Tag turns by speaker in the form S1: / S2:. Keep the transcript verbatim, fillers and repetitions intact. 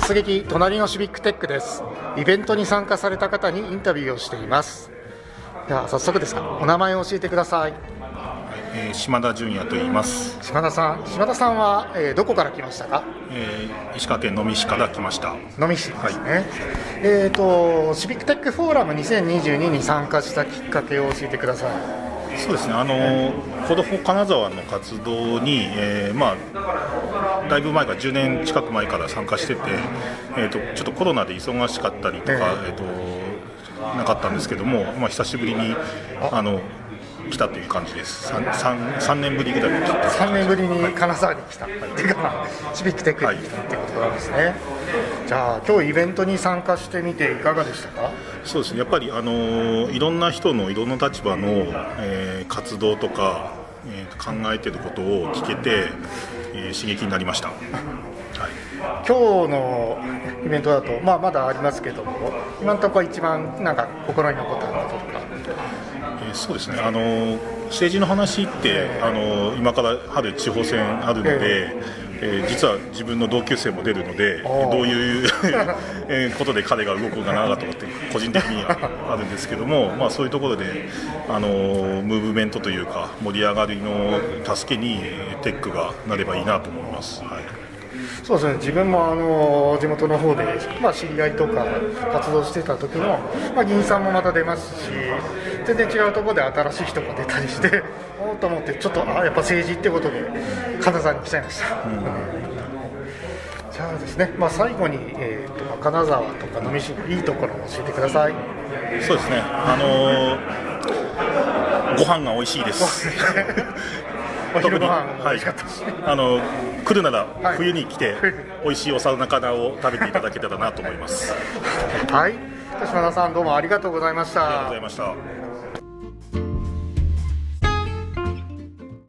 S1: 突撃隣のシビックテックです。イベントに参加された方にインタビューをしています。では早速ですがお名前を教えてください。
S2: えー、島田純也と言います。
S1: 島田さん島田さんは、えー、どこから来ましたか？
S2: えー、石川県能美市から来ました。
S1: 能美市ですね、
S2: はい、
S1: えーとシビックテックフォーラムにせんにじゅうにに参加したきっかけを教えてください。
S2: そうですね、あのコドフォ金沢の活動に、えーまあ、だいぶ前からじゅうねん近く前から参加してて、えー、とちょっとコロナで忙しかったりとか、えー、となかったんですけども、まあ、久しぶりにあの来たという感じです。 3, 3年ぶりぐらいに来た。
S1: さんねんぶりに金沢に来た、はい、っていうかシビックテックに来たっていうことなんですね、はい、じゃあ今日イベントに参加してみていかがでしたか？
S2: そうですね、やっぱり、あのいろんな人のいろんな立場の、えー、活動とか、えー、考えていることを聞けて、えー、刺激になりました、はい、
S1: 今日のイベントだと、まあ、まだありますけども、今のところ一番なんか心に残ったこととか。
S2: えー、そうですね、あの政治の話って、あの今から春地方選あるので、えーえー、実は自分の同級生も出るので、どういうことで彼が動くのかなとかって個人的にはあるんですけども、まあ、そういうところであのムーブメントというか盛り上がりの助けにテックがなればいいなと思います、はい。
S1: そうですね、自分もあの地元の方で、まあ、知り合いとか活動してた時も、まあ、議員さんもまた出ますし、全然違うところで新しい人が出たりしておっと思って、ちょっとあやっぱ政治ってことで金沢に来ちゃいました、うん、じゃあですね、まあ、最後に、えーと、金沢とか能美市のいいところを教えてください。
S2: そうですね、あのー、ご飯が美味しいです
S1: お昼ご飯美味しかったし、
S2: はい、あの来るなら冬に来て、はい、美味しいお魚を食べていただけたらなと思います。
S1: はい、島田さんどうもありがとうございました。
S2: ありがとうございました。